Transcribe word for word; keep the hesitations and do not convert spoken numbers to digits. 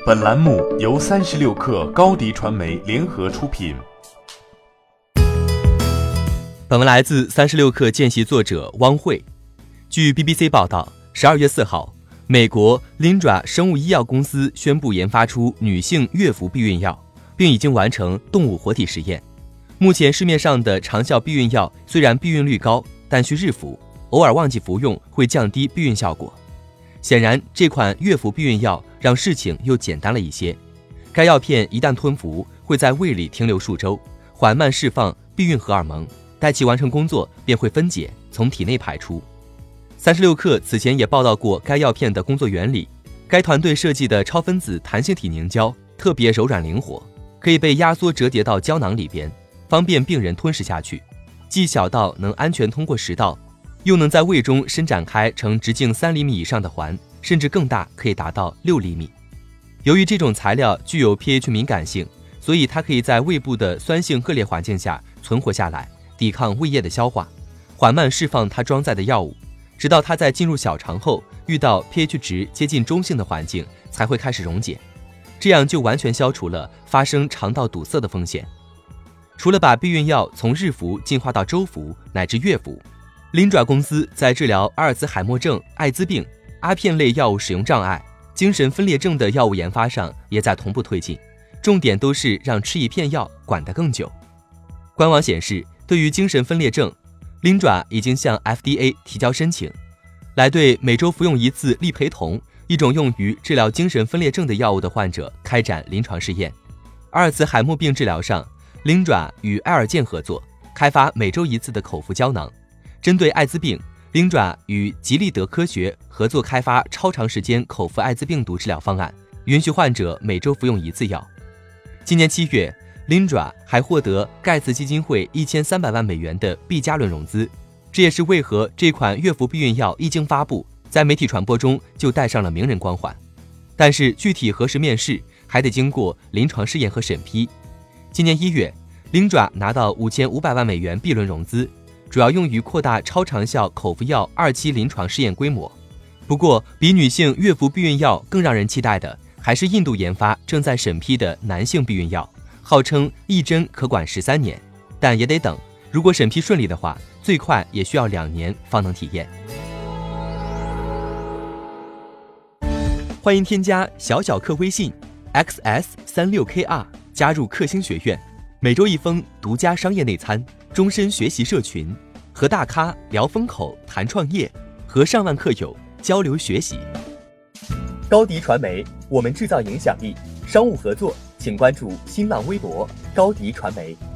本栏目由三十六氪高迪传媒联合出品。 本文来自三十六氪见习作者汪慧。据 B B C 报道，十二月四号，美国 Lindra 生物医药公司宣布研发出女性悦服避孕药，并已经完成动物活体实验。目前市面上的长效避孕药虽然避孕率高，但需日服，偶尔忘记服用会降低避孕效果。显然，这款悦服避孕药让事情又简单了一些。该药片一旦吞服，会在胃里停留数周，缓慢释放避孕荷尔蒙，待其完成工作便会分解，从体内排出。三十六氪此前也报道过该药片的工作原理。该团队设计的超分子弹性体凝胶特别柔软灵活，可以被压缩折叠到胶囊里边，方便病人吞食下去，既小到能安全通过食道，又能在胃中伸展开成直径三厘米以上的环，甚至更大，可以达到六厘米。由于这种材料具有 pH 敏感性，所以它可以在胃部的酸性恶劣环境下存活下来，抵抗胃液的消化，缓慢释放它装载的药物，直到它在进入小肠后遇到 pH 值接近中性的环境才会开始溶解，这样就完全消除了发生肠道堵塞的风险。除了把避孕药从日服进化到周服乃至月服， Lindra 公司在治疗阿尔兹海默症、艾滋病、阿片类药物使用障碍、精神分裂症的药物研发上也在同步推进，重点都是让吃一片药管得更久。官网显示，对于精神分裂症， Lindra 已经向 F D A 提交申请，来对每周服用一次利培酮，一种用于治疗精神分裂症的药物的患者开展临床试验。阿尔兹海默病治疗上， Lindra 与爱尔健合作开发每周一次的口服胶囊。针对艾滋病， Lindra 与吉利德科学合作开发超长时间口服艾滋病毒治疗方案，允许患者每周服用一次药。今年七月， Lindra 还获得盖茨基金会一千三百万美元的 B 加轮融资，这也是为何这款悦服避孕药一经发布，在媒体传播中就带上了名人光环。但是具体何时面世，还得经过临床试验和审批。今年一月， Lindra 拿到五千五百万美元 B 轮融资，主要用于扩大超长效口服药二期临床试验规模。不过，比女性悦服避孕药更让人期待的，还是印度研发正在审批的男性避孕药，号称一针可管十三年，但也得等，如果审批顺利的话，最快也需要两年方能体验。欢迎添加小小客微信 X S 三六 K R 加入克星学院，每周一封独家商业内参，终身学习社群，和大咖聊风口谈创业，和上万客友交流学习。高迪传媒，我们制造影响力。商务合作请关注新浪微博高迪传媒。